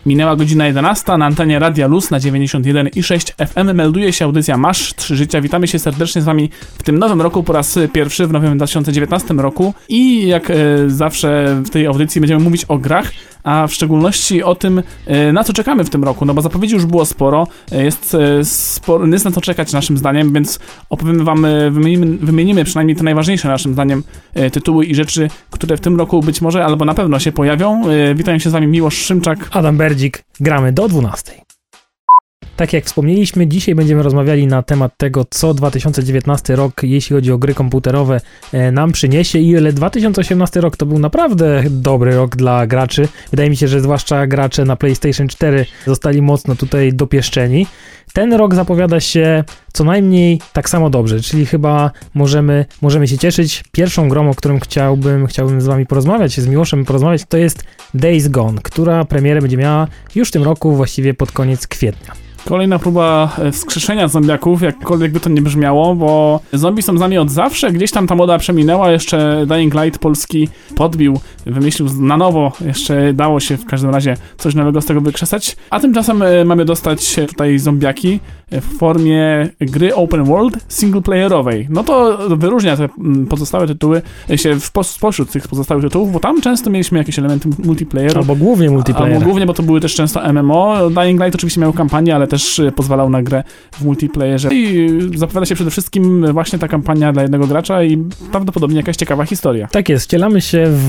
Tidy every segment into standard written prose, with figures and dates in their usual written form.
Minęła godzina 11, na antenie Radia Luz na 91,6 FM melduje się audycja Masz 3 życia. Witamy się serdecznie z wami w tym nowym roku, po raz pierwszy w nowym 2019 roku i jak zawsze w tej audycji będziemy mówić o grach, a w szczególności o tym, na co czekamy w tym roku, no bo zapowiedzi już było sporo, jest na co czekać naszym zdaniem, więc opowiemy wam, wymienimy przynajmniej te najważniejsze naszym zdaniem tytuły i rzeczy, które w tym roku być może albo na pewno się pojawią. Witają się z wami Miłosz Szymczak, Adam Berdzik, gramy do 12. Tak jak wspomnieliśmy, dzisiaj będziemy rozmawiali na temat tego, co 2019 rok, jeśli chodzi o gry komputerowe, nam przyniesie i ile 2018 rok to był naprawdę dobry rok dla graczy. Wydaje mi się, że zwłaszcza gracze na PlayStation 4 zostali mocno tutaj dopieszczeni. Ten rok zapowiada się co najmniej tak samo dobrze, czyli chyba możemy się cieszyć. Pierwszą grą, o którym chciałbym z wami porozmawiać, z Miłoszem porozmawiać, to jest Days Gone, która premierę będzie miała już w tym roku, właściwie pod koniec kwietnia. Kolejna próba wskrzeszenia zombiaków, jakkolwiek by to nie brzmiało, bo zombie są z nami od zawsze, gdzieś tam ta moda przeminęła, jeszcze Dying Light polski podbił, wymyślił na nowo, jeszcze dało się w każdym razie coś nowego z tego wykrzesać, a tymczasem mamy dostać tutaj zombiaki w formie gry open world singleplayerowej. No to wyróżnia te pozostałe tytuły się spośród tych pozostałych tytułów, bo tam często mieliśmy jakieś elementy multiplayeru. Albo głównie multiplayer. Albo głównie, bo to były też często MMO. Dying Light oczywiście miał kampanię, ale też pozwalał na grę w multiplayerze. I zapowiada się przede wszystkim właśnie ta kampania dla jednego gracza i prawdopodobnie jakaś ciekawa historia. Tak jest. Wcielamy się w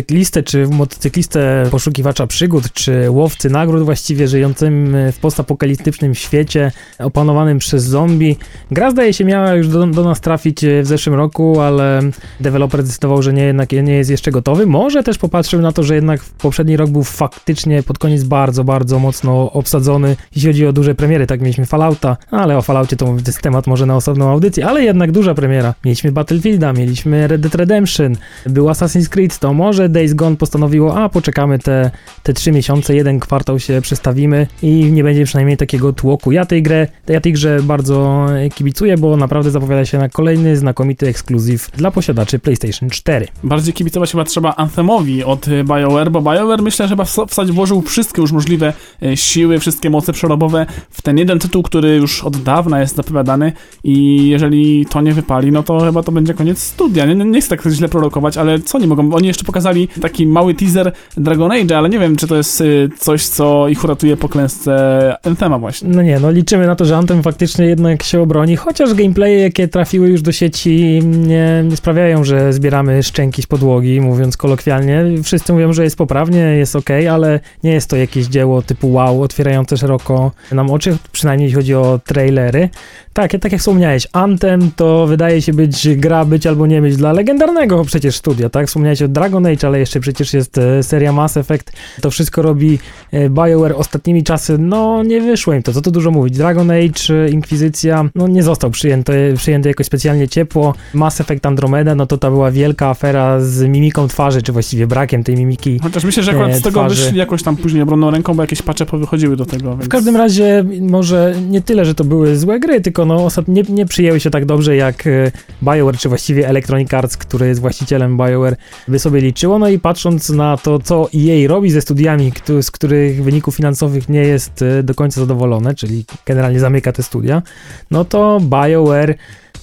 motocyklistę poszukiwacza przygód, czy łowcy nagród właściwie, żyjącym w postapokaliptycznym świecie opanowanym przez zombie. Gra zdaje się miała już do nas trafić w zeszłym roku, ale deweloper zdecydował, że nie jest jeszcze gotowy. Może też popatrzył na to, że jednak poprzedni rok był faktycznie pod koniec bardzo, bardzo mocno obsadzony, jeśli chodzi o duże premiery. Tak, mieliśmy Fallouta, ale o Falloutie to jest temat może na osobną audycję, ale jednak duża premiera. Mieliśmy Battlefielda, mieliśmy Red Dead Redemption, był Assassin's Creed, to może Days Gone postanowiło, poczekamy te 3 miesiące, jeden kwartał się przestawimy i nie będzie przynajmniej takiego tłoku. Ja tej grze bardzo kibicuję, bo naprawdę zapowiada się na kolejny znakomity ekskluzyw dla posiadaczy PlayStation 4. Bardziej kibicować chyba trzeba Anthemowi od BioWare, bo BioWare myślę, że chyba włożył wszystkie już możliwe siły, wszystkie moce przerobowe w ten jeden tytuł, który już od dawna jest zapowiadany i jeżeli to nie wypali, no to chyba to będzie koniec studia. Nie chcę tak źle prorokować, ale co oni mogą? Oni jeszcze pokazali taki mały teaser Dragon Age, ale nie wiem, czy to jest coś, co ich uratuje po klęsce Anthema właśnie. No liczymy na to, że Anthem faktycznie jednak się obroni, chociaż gameplaye, jakie trafiły już do sieci, nie sprawiają, że zbieramy szczęki z podłogi, mówiąc kolokwialnie. Wszyscy mówią, że jest poprawnie, jest okej, ale nie jest to jakieś dzieło typu wow, otwierające szeroko nam oczy, przynajmniej jeśli chodzi o trailery. Tak jak wspomniałeś, Anthem to wydaje się być albo nie być dla legendarnego przecież studia, tak? Wspomniałeś o Dragon Age, ale jeszcze przecież jest seria Mass Effect. To wszystko robi BioWare ostatnimi czasy, nie wyszło im to, co tu dużo mówić. Dragon Age, Inkwizycja, nie został przyjęty jakoś specjalnie ciepło. Mass Effect Andromeda, to ta była wielka afera z mimiką twarzy, czy właściwie brakiem tej mimiki. Chociaż myślę, że akurat z tego wyszli jakoś tam później obronną ręką, bo jakieś patche powychodziły do tego. Więc... W każdym razie może nie tyle, że to były złe gry, tylko ostatnio nie przyjęły się tak dobrze jak BioWare, czy właściwie Electronic Arts, który jest właścicielem BioWare, by sobie liczyło. I patrząc na to, co EA robi ze studiami, z których wyników finansowych nie jest do końca zadowolone, czyli generalnie zamyka te studia, to BioWare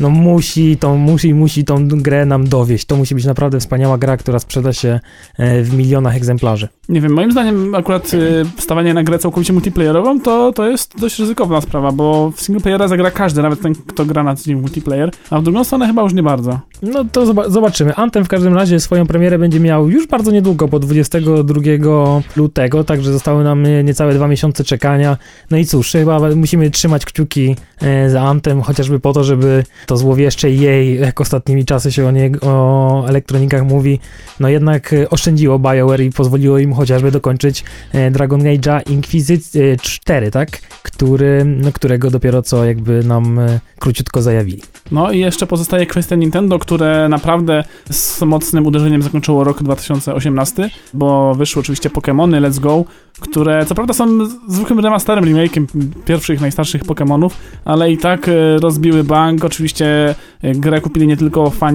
musi tą grę nam dowieść. To musi być naprawdę wspaniała gra, która sprzeda się w milionach egzemplarzy. Nie wiem, moim zdaniem akurat wstawanie na grę całkowicie multiplayerową to jest dość ryzykowna sprawa, bo w singleplayera zagra każdy, nawet ten, kto gra na co dzień w multiplayer, a w drugą stronę chyba już nie bardzo. To zobaczymy. Anthem w każdym razie swoją premierę będzie miał już bardzo niedługo, po 22 lutego, także zostały nam niecałe 2 miesiące czekania. I cóż, chyba musimy trzymać kciuki za Anthem, chociażby po to, żeby to złowieszcze EA, jak ostatnimi czasy się o elektronikach mówi, jednak oszczędziło BioWare i pozwoliło im chociażby dokończyć Dragon Age'a Inquisition 4, tak? Którego dopiero co jakby nam króciutko zajawili. I jeszcze pozostaje kwestia Nintendo, które naprawdę z mocnym uderzeniem zakończyło rok 2018, bo wyszły oczywiście Pokémony Let's Go, które co prawda są zwykłym remasterem, remake'iem pierwszych, najstarszych Pokémonów, ale i tak rozbiły bank. Oczywiście grę kupili nie tylko fani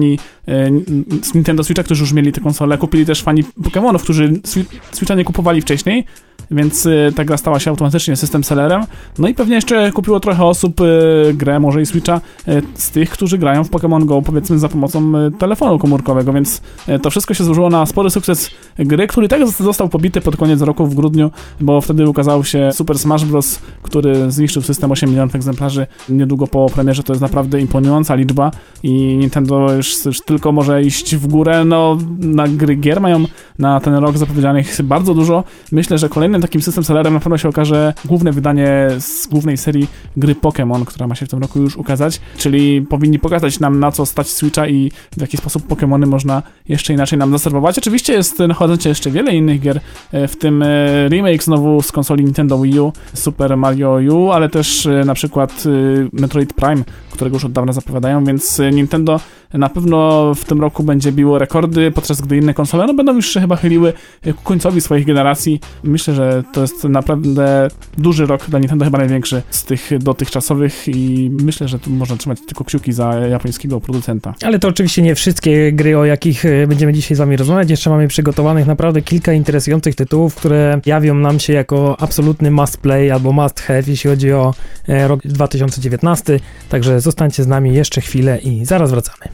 z Nintendo Switcha, którzy już mieli te konsole, kupili też fani Pokémonów, którzy Switcha nie kupowali wcześniej, więc ta gra stała się automatycznie system sellerem. No i pewnie jeszcze kupiło trochę osób grę, może i Switcha, z tych, którzy grają w Pokémon Go, powiedzmy, za pomocą telefonu komórkowego, więc to wszystko się złożyło na spory sukces gry, który tak został pobity pod koniec roku w grudniu, bo wtedy ukazał się Super Smash Bros., który zniszczył system 8 milionów egzemplarzy niedługo po premierze. To jest naprawdę imponująca liczba i Nintendo już tylko może iść w górę. No, na gry gier mają na ten rok zapowiedzianych bardzo dużo. Myślę, że kolejnym takim system sellerem na pewno się okaże główne wydanie z głównej serii gry Pokémon, która ma się w tym roku już ukazać, czyli powinni pokazać nam, na co stać Switcha i w jaki sposób Pokémony można jeszcze inaczej nam zaserwować. Oczywiście jest nadchodzące jeszcze wiele innych gier, w tym remake znowu z konsoli Nintendo Wii U, Super Mario U, ale też na przykład Metroid Prime, którego już od dawna zapowiadają, więc Nintendo na pewno w tym roku będzie biło rekordy, podczas gdy inne konsole będą już się chyba chyliły ku końcowi swoich generacji. Myślę, że to jest naprawdę duży rok dla Nintendo, chyba największy z tych dotychczasowych i myślę, że tu można trzymać tylko kciuki za japońskiego producenta. Ale to oczywiście nie wszystkie gry, o jakich będziemy dzisiaj z wami rozmawiać. Jeszcze mamy przygotowanych naprawdę kilka interesujących tytułów, które jawią nam się jako absolutny must play albo must have, jeśli chodzi o rok 2019. Także zostańcie z nami jeszcze chwilę i zaraz wracamy.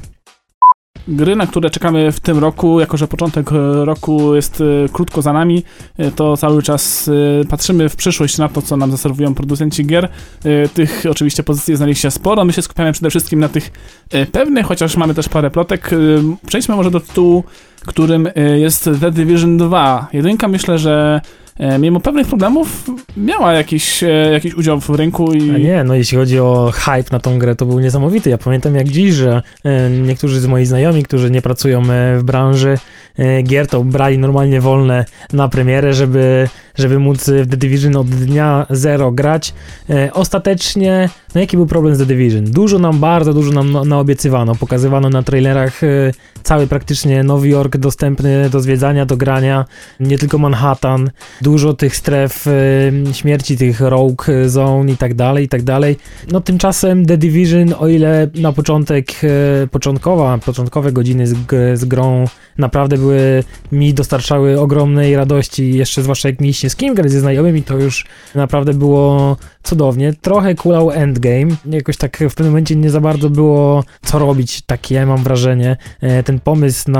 Gry, na które czekamy w tym roku, jako że początek roku jest krótko za nami, to cały czas patrzymy w przyszłość na to, co nam zaserwują producenci gier. Tych oczywiście pozycji znaleźliście sporo. My się skupiamy przede wszystkim na tych pewnych, chociaż mamy też parę plotek. Przejdźmy może do tytułu, którym jest The Division 2. Jedynka, myślę, że mimo pewnych problemów miała jakiś udział w rynku i... A nie, no jeśli chodzi o hype na tą grę, to był niesamowity. Ja pamiętam jak dziś, że niektórzy z moich znajomi, którzy nie pracują w branży gier, to brali normalnie wolne na premierę, żeby móc w The Division od dnia zero grać. Ostatecznie, no jaki był problem z The Division? Bardzo dużo nam naobiecywano. Pokazywano na trailerach cały praktycznie Nowy Jork dostępny do zwiedzania, do grania. Nie tylko Manhattan. Dużo tych stref śmierci, tych rogue zone i tak dalej. No tymczasem The Division, o ile na początkowe godziny z grą naprawdę mi dostarczały ogromnej radości, jeszcze zwłaszcza jak mieliście z kim grać ze znajomymi, to już naprawdę było cudownie. Trochę kulał endgame, jakoś tak w pewnym momencie nie za bardzo było co robić, takie mam wrażenie. Ten pomysł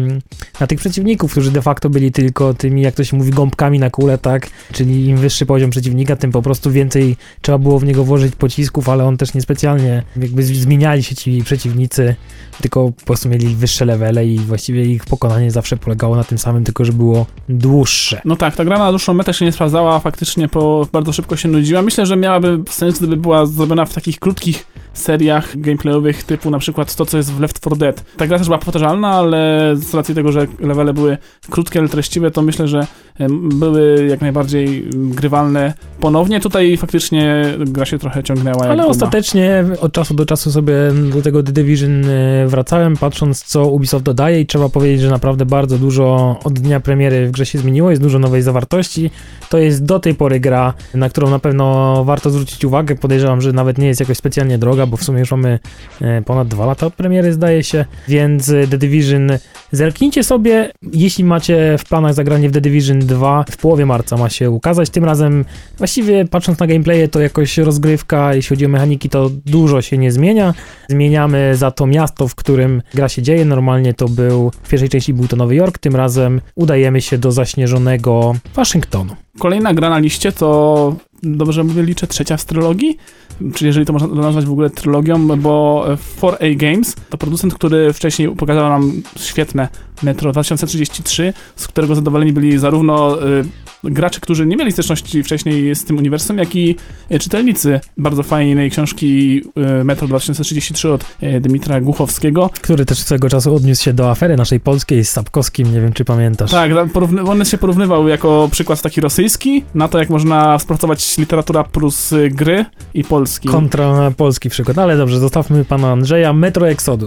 na tych przeciwników, którzy de facto byli tylko tymi, jak to się mówi, gąbkami na kulę, tak? Czyli im wyższy poziom przeciwnika, tym po prostu więcej trzeba było w niego włożyć pocisków, ale on też niespecjalnie jakby zmieniali się ci przeciwnicy, tylko po prostu mieli wyższe levele i właściwie ich pokonanie zawsze polegało na tym samym, tylko że było dłuższe. No tak, ta gra na dłuższą metę się nie sprawdzała, faktycznie bardzo szybko się nudziła. Myślę, że miałaby sens, gdyby była zrobiona w takich krótkich seriach gameplayowych typu na przykład to, co jest w Left 4 Dead. Ta gra też była powtarzalna, ale z racji tego, że levele były krótkie, ale treściwe, to myślę, że były jak najbardziej grywalne ponownie. Tutaj faktycznie gra się trochę ciągnęła. Ale ostatecznie od czasu do czasu sobie do tego The Division wracałem, patrząc co Ubisoft dodaje i trzeba powiedzieć, że naprawdę bardzo dużo od dnia premiery w grze się zmieniło, jest dużo nowej zawartości. To jest do tej pory gra, na którą na pewno warto zwrócić uwagę. Podejrzewam, że nawet nie jest jakoś specjalnie droga, bo w sumie już mamy ponad 2 lata od premiery, zdaje się, więc The Division zerknijcie sobie, jeśli macie w planach zagranie w The Division 2, w połowie marca ma się ukazać. Tym razem właściwie patrząc na gameplaye, to jakoś rozgrywka, jeśli chodzi o mechaniki, to dużo się nie zmienia. Zmieniamy za to miasto, w którym gra się dzieje. Normalnie to w pierwszej części był to Nowy Jork, tym razem udajemy się do zaśnieżonego Waszyngtonu. Kolejna gra na liście to, dobrze mówię, liczę, trzecia z trylogii, czy jeżeli to można nazwać w ogóle trylogią, bo 4A Games to producent, który wcześniej pokazał nam świetne Metro 2033, z którego zadowoleni byli zarówno gracze, którzy nie mieli styczności wcześniej z tym uniwersum, jak i czytelnicy bardzo fajnej książki Metro 2033 od Dmitra Głuchowskiego. Który też swego czasu odniósł się do afery naszej polskiej z Sapkowskim, nie wiem czy pamiętasz. Tak, on się porównywał jako przykład taki rosyjski, na to jak można współpracować literatura plus gry i polski. Kontra polski przykład, ale dobrze, zostawmy pana Andrzeja. Metro Exodus.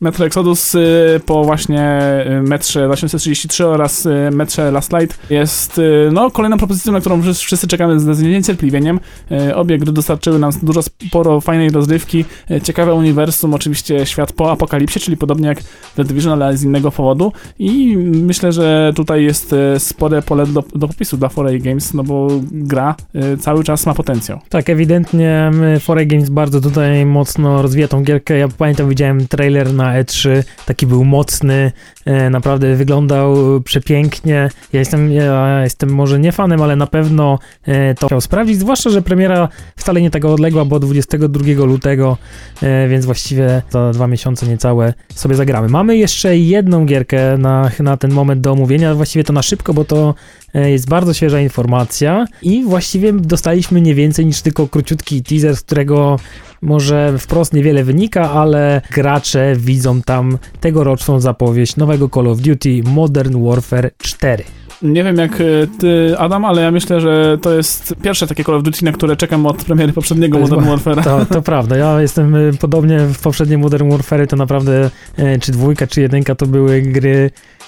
Metro Exodus po właśnie Metrze 2033 oraz Metrze Last Light jest kolejną propozycją, na którą wszyscy czekamy z niecierpliwieniem. Obie gry dostarczyły nam sporo fajnej rozrywki, ciekawe uniwersum, oczywiście świat po apokalipsie, czyli podobnie jak The Division, ale z innego powodu i myślę, że tutaj jest spore pole do popisu dla 4A Games, no bo gra cały czas ma potencjał. Tak, ewidentnie 4A Games bardzo tutaj mocno rozwija tą gierkę. Ja pamiętam, widziałem trailer na E3, taki był mocny, naprawdę wyglądał przepięknie. Ja jestem może nie fanem, ale na pewno to chciał sprawdzić, zwłaszcza, że premiera wcale nie taka odległa, bo 22 lutego, więc właściwie za 2 miesiące niecałe sobie zagramy. Mamy jeszcze jedną gierkę na ten moment do omówienia, właściwie to na szybko, bo to jest bardzo świeża informacja i właściwie dostaliśmy nie więcej niż tylko króciutki teaser, z którego może wprost niewiele wynika, ale gracze widzą tam tegoroczną zapowiedź nowego Call of Duty Modern Warfare 4. Nie wiem jak ty, Adam, ale ja myślę, że to jest pierwsze takie Call of Duty, na które czekam od premiery poprzedniego Modern Warfare'a. To prawda, ja jestem podobnie w poprzedniej Modern Warfare, to naprawdę czy 2, czy 1 to były gry,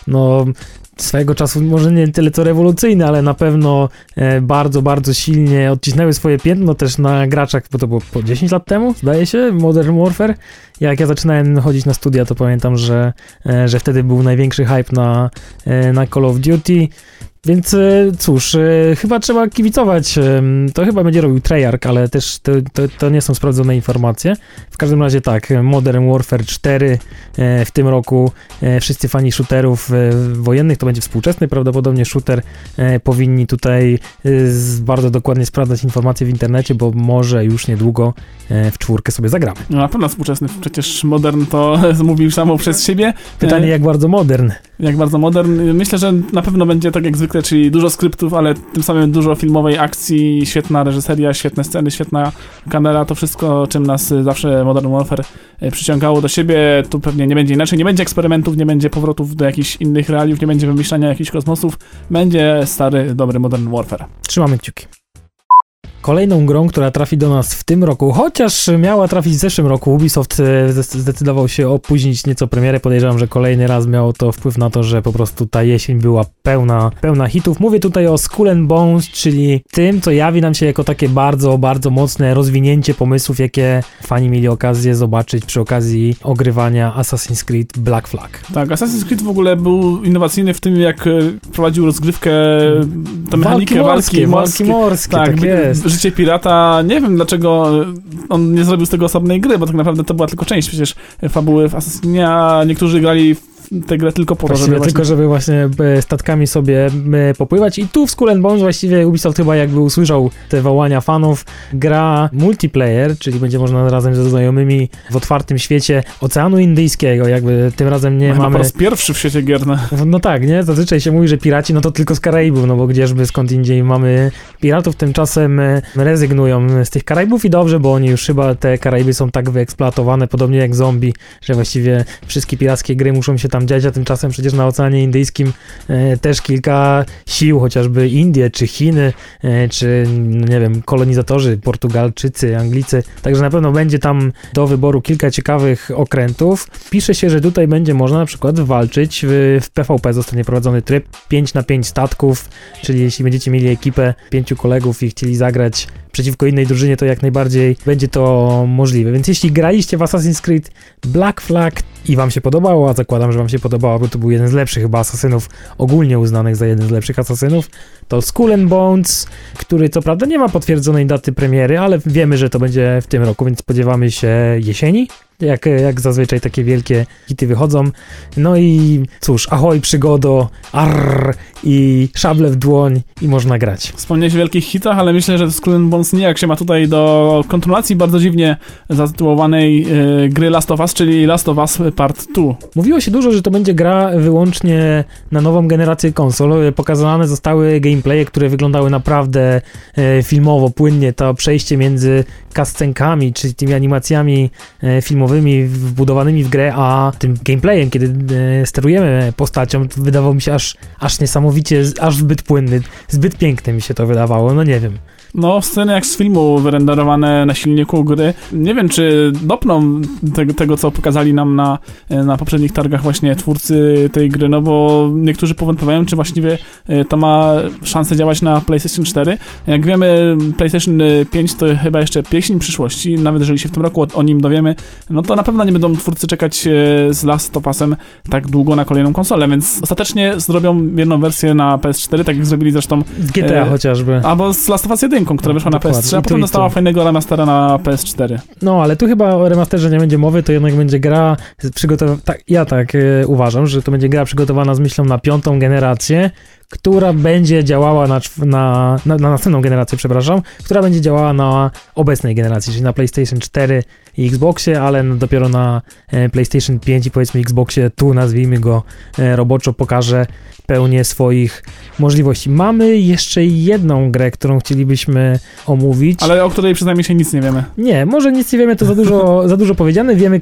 swojego czasu może nie tyle co rewolucyjne, ale na pewno bardzo, bardzo silnie odcisnęły swoje piętno też na graczach, bo to było po 10 lat temu, zdaje się, Modern Warfare. Jak ja zaczynałem chodzić na studia, to pamiętam, że wtedy był największy hype na Call of Duty. Więc cóż, chyba trzeba kibicować. To chyba będzie robił Treyarch, ale też to nie są sprawdzone informacje. W każdym razie tak, Modern Warfare 4 w tym roku. Wszyscy fani shooterów wojennych, to będzie współczesny prawdopodobnie shooter, powinni tutaj bardzo dokładnie sprawdzać informacje w internecie, bo może już niedługo w 4 sobie zagramy. No na pewno współczesny, przecież Modern to mówił samo przez siebie. Pytanie, jak bardzo modern? Jak bardzo modern? Myślę, że na pewno będzie tak jak zwykle, czyli dużo skryptów, ale tym samym dużo filmowej akcji, świetna reżyseria, świetne sceny, świetna kamera, to wszystko, czym nas zawsze Modern Warfare przyciągało do siebie. Tu pewnie nie będzie inaczej, nie będzie eksperymentów, nie będzie powrotów do jakichś innych realiów, nie będzie wymyślania jakichś kosmosów, będzie stary, dobry Modern Warfare. Trzymamy kciuki. Kolejną grą, która trafi do nas w tym roku, chociaż miała trafić w zeszłym roku, Ubisoft zdecydował się opóźnić nieco premierę. Podejrzewam, że kolejny raz miało to wpływ na to, że po prostu ta jesień była pełna hitów. Mówię tutaj o Skull and Bones, czyli tym, co jawi nam się jako takie bardzo, bardzo mocne rozwinięcie pomysłów, jakie fani mieli okazję zobaczyć przy okazji ogrywania Assassin's Creed Black Flag. Tak, Assassin's Creed w ogóle był innowacyjny w tym, jak prowadził rozgrywkę, tę mechanikę walki morskie. Tak jest. Życie pirata, nie wiem dlaczego on nie zrobił z tego osobnej gry, bo tak naprawdę to była tylko część przecież fabuły w Assassinie, a niektórzy grali w tę grę tylko po to, żeby właśnie statkami sobie popływać i tu w Skull and Bones właściwie Ubisoft chyba jakby usłyszał te wołania fanów, gra multiplayer, czyli będzie można razem ze znajomymi w otwartym świecie Oceanu Indyjskiego, jakby tym razem nie mamy... po raz pierwszy w świecie gier. No tak, nie? Zazwyczaj się mówi, że piraci, no to tylko z Karaibów, no bo gdzieżby skąd indziej mamy piratów, tymczasem rezygnują z tych Karaibów i dobrze, bo oni już chyba, te Karaiby są tak wyeksploatowane, podobnie jak zombie, że właściwie wszystkie pirackie gry muszą się tam dziać, a tymczasem przecież na Oceanie Indyjskim też kilka sił, chociażby Indie, czy Chiny, czy nie wiem, kolonizatorzy, Portugalczycy, Anglicy, także na pewno będzie tam do wyboru kilka ciekawych okrętów. Pisze się, że tutaj będzie można na przykład walczyć w PvP, zostanie prowadzony tryb 5x5 statków, czyli jeśli będziecie mieli ekipę 5 kolegów i chcieli zagrać przeciwko innej drużynie, to jak najbardziej będzie to możliwe. Więc jeśli graliście w Assassin's Creed Black Flag i wam się podobało, a zakładam, że wam się podobało, bo to był jeden z lepszych chyba asasynów, ogólnie uznanych za jeden z lepszych asasynów, to Skull and Bones, który co prawda nie ma potwierdzonej daty premiery, ale wiemy, że to będzie w tym roku, więc spodziewamy się jesieni. Jak zazwyczaj takie wielkie hity wychodzą. No i cóż, ahoj przygodo, arr i szable w dłoń i można grać. Wspomniałeś o wielkich hitach, ale myślę, że Skull and Bones nijak się ma tutaj do kontynuacji bardzo dziwnie zatytułowanej gry Last of Us, czyli Last of Us Part 2. Mówiło się dużo, że to będzie gra wyłącznie na nową generację konsol. Pokazane zostały gameplaye, które wyglądały naprawdę filmowo, płynnie. To przejście między cutscenkami, czy tymi animacjami filmowymi wbudowanymi w grę, a tym gameplayem, kiedy sterujemy postacią, to wydawało mi się aż niesamowicie, aż zbyt płynny, zbyt piękne mi się to wydawało, no nie wiem. No, sceny jak z filmu wyrenderowane na silniku gry. Nie wiem, czy dopną tego, co pokazali nam na poprzednich targach właśnie twórcy tej gry, no bo niektórzy powątpiewają, czy właściwie to ma szansę działać na PlayStation 4. Jak wiemy, PlayStation 5 to chyba jeszcze pieśń przyszłości, nawet jeżeli się w tym roku o nim dowiemy, no to na pewno nie będą twórcy czekać z Last of Us'em tak długo na kolejną konsolę, więc ostatecznie zrobią jedną wersję na PS4, tak jak zrobili zresztą z GTA chociażby. Albo z Last of Us 1, która wyszła na PS3, a potem dostała fajnego remastera na PS4. No, ale tu chyba o remasterze nie będzie mowy, to jednak będzie gra przygotowana, ja tak uważam, że to będzie gra przygotowana z myślą na 5. generację, która będzie działała na następną generację, przepraszam, która będzie działała na obecnej generacji, czyli na PlayStation 4 i Xboxie, ale dopiero na PlayStation 5 i powiedzmy Xboxie, tu nazwijmy go roboczo, pokaże pełnię swoich możliwości. Mamy jeszcze jedną grę, którą chcielibyśmy omówić. Ale o której przynajmniej się nic nie wiemy. Nie, może nic nie wiemy, to za dużo powiedziane. Wiemy,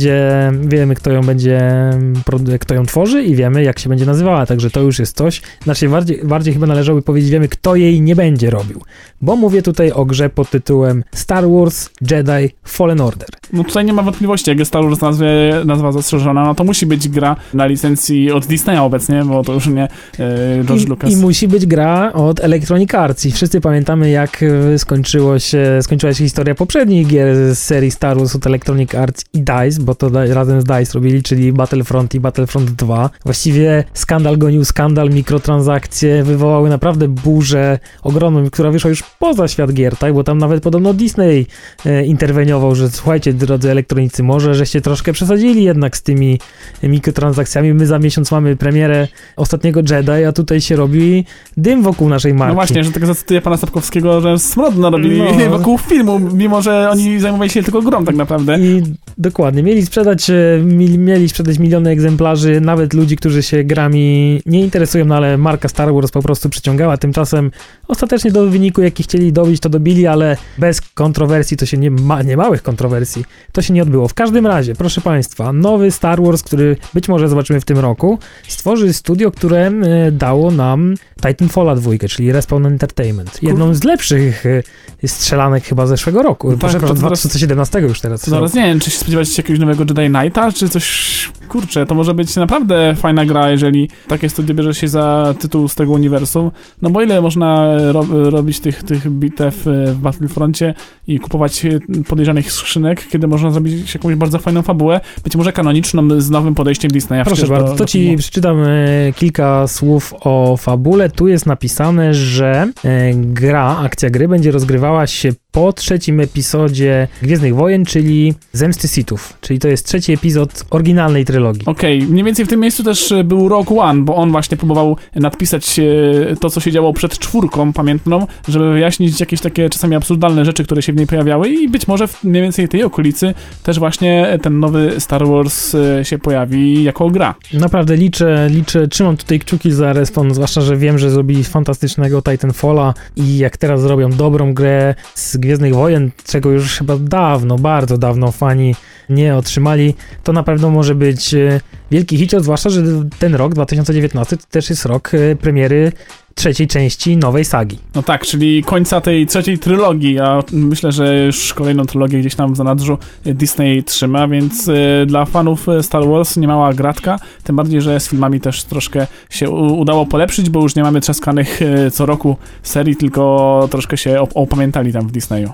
kto ją tworzy i wiemy, jak się będzie nazywała, także to już jest coś. Znaczy bardziej chyba należałoby powiedzieć, wiemy, kto jej nie będzie robił. Bo mówię tutaj o grze pod tytułem Star Wars Jedi Fallen Order. No tutaj nie ma wątpliwości, jak jest Star Wars nazwa zastrzeżona, no to musi być gra na licencji od Disneya obecnie, bo to już nie George Lucas. I musi być gra od Electronic Arts. I wszyscy pamiętamy, jak skończyła się historia poprzednich gier z serii Star Wars od Electronic Arts i DICE, bo to razem z DICE robili, czyli Battlefront i Battlefront 2. Właściwie skandal gonił skandal, mikrotransakcje wywołały naprawdę burzę ogromną, która wyszła już poza świat gier, tak? Bo tam nawet podobno Disney interweniował, że słuchajcie, drodzy elektronicy, może żeście troszkę przesadzili jednak z tymi mikrotransakcjami. My za miesiąc mamy premierę ostatniego Jedi, a tutaj się robi dym wokół naszej marki. No właśnie, że tak zacytuję pana Sapkowskiego, że smrodno robili wokół filmu, mimo że oni zajmowali się tylko grą tak naprawdę. I dokładnie, mieli sprzedać miliony egzemplarzy, nawet ludzi, którzy się grami nie interesują, no ale marka Star Wars po prostu przyciągała. Tymczasem ostatecznie do wyniku, jaki chcieli dobić, to dobili, ale bez kontrowersji, to się nie małych kontrowersji, to się nie odbyło. W każdym razie, proszę państwa, nowy Star Wars, który być może zobaczymy w tym roku, stworzy studio, które dało nam Titanfalla 2, czyli Respawn Entertainment. Jedną z lepszych strzelanek chyba zeszłego roku. No tak, 2017 już teraz. Zaraz nie wiem, czy się spodziewać się jakiegoś nowego Jedi Knighta, czy coś... Kurczę, to może być naprawdę fajna gra, jeżeli takie studio bierze się za tytuł z tego uniwersum. No bo ile można robić tych bitew w Battlefroncie i kupować podejrzanych skrzynek, kiedy można zrobić jakąś bardzo fajną fabułę, być może kanoniczną z nowym podejściem Disneya. Proszę bardzo, to ci przeczytam kilka słów o fabule. Tu jest napisane, że akcja gry będzie rozgrywała się po 3. epizodzie Gwiezdnych Wojen, czyli Zemsty Sithów. Czyli to jest 3. epizod oryginalnej trylogii. Okej, mniej więcej w tym miejscu też był Rogue One, bo on właśnie próbował nadpisać to, co się działo przed 4 pamiętną, żeby wyjaśnić jakieś takie czasami absurdalne rzeczy, które się w niej pojawiały i być może w mniej więcej tej okolicy też właśnie ten nowy Star Wars się pojawi jako gra. Naprawdę liczę, trzymam tutaj kciuki za Respawn, zwłaszcza, że wiem, że zrobili fantastycznego Titanfalla i jak teraz zrobią dobrą grę z Gwiezdnych Wojen, czego już chyba bardzo dawno fani nie otrzymali, to na pewno może być wielki hicior, zwłaszcza, że ten rok, 2019, to też jest rok premiery 3. części nowej sagi. No tak, czyli końca tej 3. trylogii, a myślę, że już kolejną trylogię gdzieś tam w zanadrzu Disney trzyma, więc dla fanów Star Wars niemała gratka, tym bardziej, że z filmami też troszkę się udało polepszyć, bo już nie mamy trzaskanych co roku serii, tylko troszkę się opamiętali tam w Disneyu.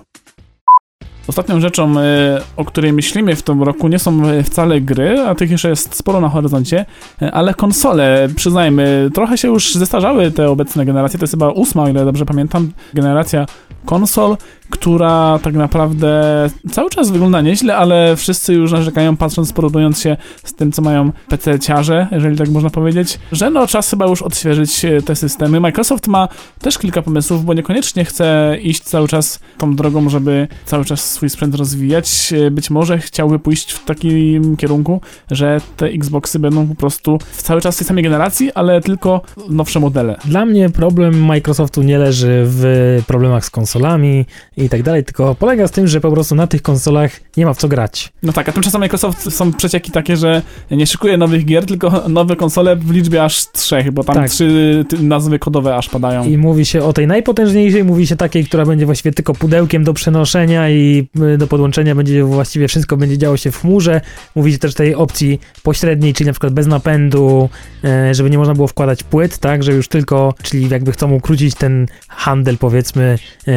Ostatnią rzeczą, o której myślimy w tym roku, nie są wcale gry, a tych jeszcze jest sporo na horyzoncie, ale konsole, przyznajmy, trochę się już zestarzały te obecne generacje, to jest chyba 8, o ile dobrze pamiętam, generacja konsol, która tak naprawdę cały czas wygląda nieźle, ale wszyscy już narzekają, porównując się z tym, co mają PC-ciarze, jeżeli tak można powiedzieć, że no czas chyba już odświeżyć te systemy. Microsoft ma też kilka pomysłów, bo niekoniecznie chce iść cały czas tą drogą, żeby cały czas swój sprzęt rozwijać. Być może chciałby pójść w takim kierunku, że te Xboxy będą po prostu cały czas tej samej generacji, ale tylko nowsze modele. Dla mnie problem Microsoftu nie leży w problemach z konsolami i tak dalej, tylko polega z tym, że po prostu na tych konsolach nie ma w co grać. No tak, a tymczasem Microsoft są przecieki takie, że nie szykuje nowych gier, tylko nowe konsole w liczbie aż 3, bo tam 3 nazwy kodowe aż padają. I mówi się o tej najpotężniejszej, mówi się takiej, która będzie właściwie tylko pudełkiem do przenoszenia i do podłączenia będzie właściwie wszystko będzie działo się w chmurze. Mówi się też tej opcji pośredniej, czyli na przykład bez napędu, żeby nie można było wkładać płyt, tak, że już tylko, czyli jakby chcą ukrócić ten handel, powiedzmy,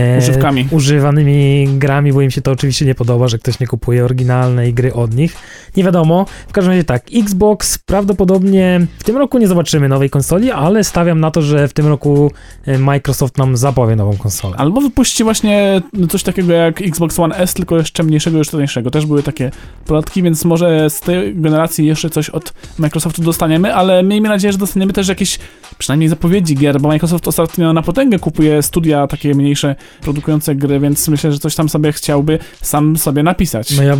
używanymi grami, bo im się to oczywiście nie podoba, że ktoś nie kupuje oryginalnej gry od nich. Nie wiadomo. W każdym razie tak, Xbox prawdopodobnie w tym roku nie zobaczymy nowej konsoli, ale stawiam na to, że w tym roku Microsoft nam zapowie nową konsolę. Albo wypuści właśnie coś takiego jak Xbox One S, tylko jeszcze mniejszego, jeszcze tańszego. Też były takie plotki, więc może z tej generacji jeszcze coś od Microsoftu dostaniemy, ale miejmy nadzieję, że dostaniemy też jakieś przynajmniej zapowiedzi gier, bo Microsoft ostatnio na potęgę kupuje studia takie mniejsze, produkujące gry, więc myślę, że coś tam sobie chciałby sam sobie napisać. No ja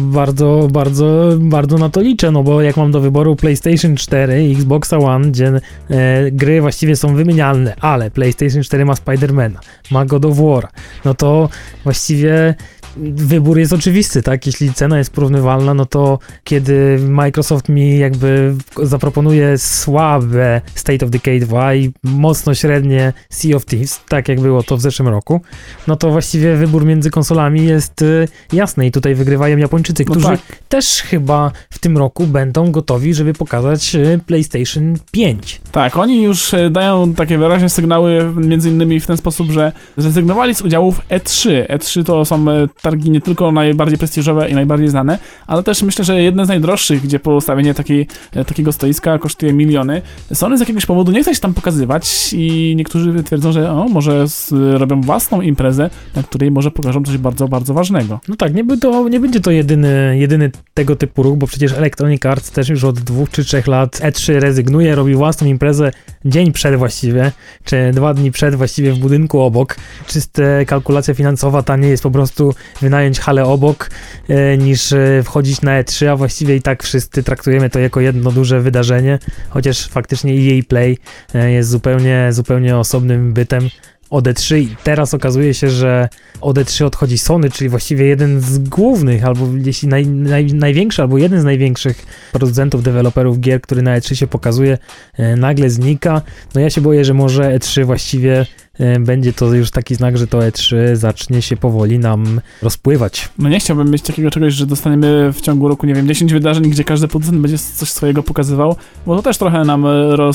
bardzo na to liczę, no bo jak mam do wyboru PlayStation 4 i Xbox One, gdzie gry właściwie są wymienialne, ale PlayStation 4 ma Spidermana, ma God of War, no to właściwie wybór jest oczywisty, tak? Jeśli cena jest porównywalna, no to kiedy Microsoft mi jakby zaproponuje słabe State of Decay 2 i mocno średnie Sea of Thieves, tak jak było to w zeszłym roku, no to właściwie wybór między konsolami jest jasny i tutaj wygrywają Japończycy, którzy też chyba w tym roku będą gotowi, żeby pokazać PlayStation 5. Tak, oni już dają takie wyraźne sygnały, między innymi w ten sposób, że zrezygnowali z udziałów E3. E3 to są targi nie tylko najbardziej prestiżowe i najbardziej znane, ale też myślę, że jedne z najdroższych, gdzie postawienie takiego stoiska kosztuje miliony. Sony z jakiegoś powodu nie chce się tam pokazywać i niektórzy twierdzą, że może robią własną imprezę, na której może pokażą coś bardzo, bardzo ważnego. No tak, nie będzie to jedyny tego typu ruch, bo przecież Electronic Arts też już od 2 czy 3 lat E3 rezygnuje, robi własną imprezę dzień przed właściwie, czy 2 dni przed właściwie w budynku obok. Czysta kalkulacja finansowa taniej jest po prostu wynająć halę obok, niż wchodzić na E3, a właściwie i tak wszyscy traktujemy to jako jedno duże wydarzenie, chociaż faktycznie EA Play jest zupełnie osobnym bytem od E3 i teraz okazuje się, że od E3 odchodzi Sony, czyli właściwie jeden z głównych, albo jeśli największy, albo jeden z największych producentów, deweloperów gier, który na E3 się pokazuje, nagle znika. No ja się boję, że może E3 właściwie będzie to już taki znak, że to E3 zacznie się powoli nam rozpływać. No nie chciałbym mieć takiego czegoś, że dostaniemy w ciągu roku, nie wiem, 10 wydarzeń, gdzie każdy producent będzie coś swojego pokazywał, bo to też trochę nam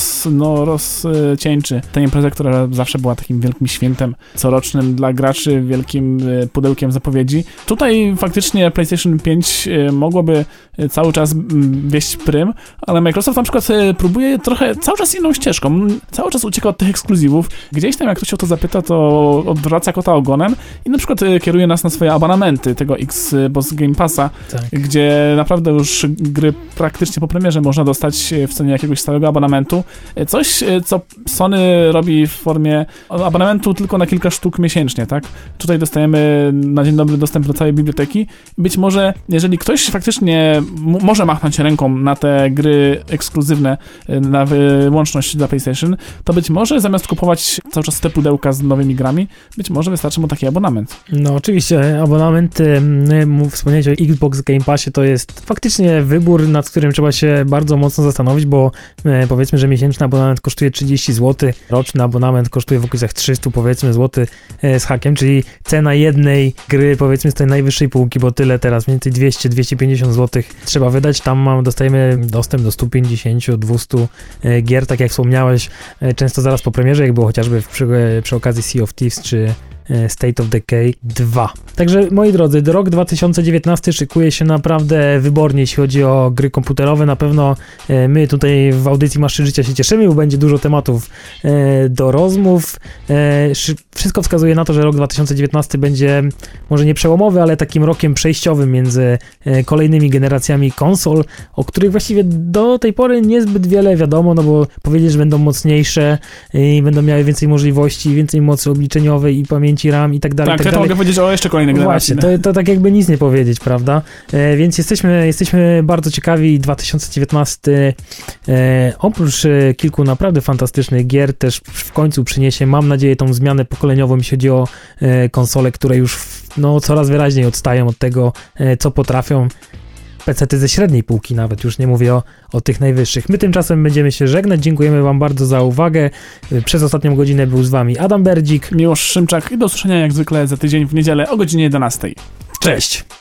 rozcieńczy tę imprezę, która zawsze była takim wielkim świętem corocznym dla graczy, wielkim pudełkiem zapowiedzi. Tutaj faktycznie PlayStation 5 mogłoby cały czas wieść prym, ale Microsoft na przykład próbuje trochę cały czas inną ścieżką, cały czas ucieka od tych ekskluzywów. Gdzieś tam jak ktoś o to zapyta, to odwraca kota ogonem i na przykład kieruje nas na swoje abonamenty tego Xbox Game Passa, gdzie naprawdę już gry praktycznie po premierze można dostać w cenie jakiegoś stałego abonamentu. Coś, co Sony robi w formie abonamentu tylko na kilka sztuk miesięcznie, tak? Tutaj dostajemy na dzień dobry dostęp do całej biblioteki. Być może, jeżeli ktoś faktycznie może machnąć ręką na te gry ekskluzywne, na wyłączność dla PlayStation, to być może zamiast kupować cały czas te pudełka z nowymi grami, być może wystarczy mu taki abonament. No oczywiście, abonament, wspomnieć o Xbox Game Passie, to jest faktycznie wybór, nad którym trzeba się bardzo mocno zastanowić, bo powiedzmy, że miesięczny abonament kosztuje 30 zł, roczny abonament kosztuje w okolicach 300 powiedzmy zł z hakiem, czyli cena jednej gry powiedzmy z tej najwyższej półki, bo tyle teraz, mniej więcej 200-250 zł trzeba wydać, tam dostajemy dostęp do 150-200 gier, tak jak wspomniałeś, często zaraz po premierze, jak było chociażby przy okazji Sea of Thieves czy State of Decay 2. Także moi drodzy, rok 2019 szykuje się naprawdę wybornie, jeśli chodzi o gry komputerowe. Na pewno my tutaj w audycji Masz 3 Życia się cieszymy, bo będzie dużo tematów do rozmów. Wszystko wskazuje na to, że rok 2019 będzie może nie przełomowy, ale takim rokiem przejściowym między kolejnymi generacjami konsol, o których właściwie do tej pory niezbyt wiele wiadomo, no bo powiedzieć, że będą mocniejsze i będą miały więcej możliwości, więcej mocy obliczeniowej i pamięci pamięci RAM i tak dalej. Tak, ja to mogę powiedzieć o jeszcze kolejnej generacji. Właśnie, to tak jakby nic nie powiedzieć, prawda? Więc jesteśmy bardzo ciekawi. 2019 oprócz kilku naprawdę fantastycznych gier też w końcu przyniesie, mam nadzieję, tą zmianę pokoleniową, jeśli chodzi o konsole, które już coraz wyraźniej odstają od tego, co potrafią. PC-ty ze średniej półki nawet, już nie mówię o tych najwyższych. My tymczasem będziemy się żegnać, dziękujemy wam bardzo za uwagę. Przez ostatnią godzinę był z wami Adam Berdzik, Miłosz Szymczak i do usłyszenia jak zwykle za tydzień w niedzielę o godzinie 11. Cześć!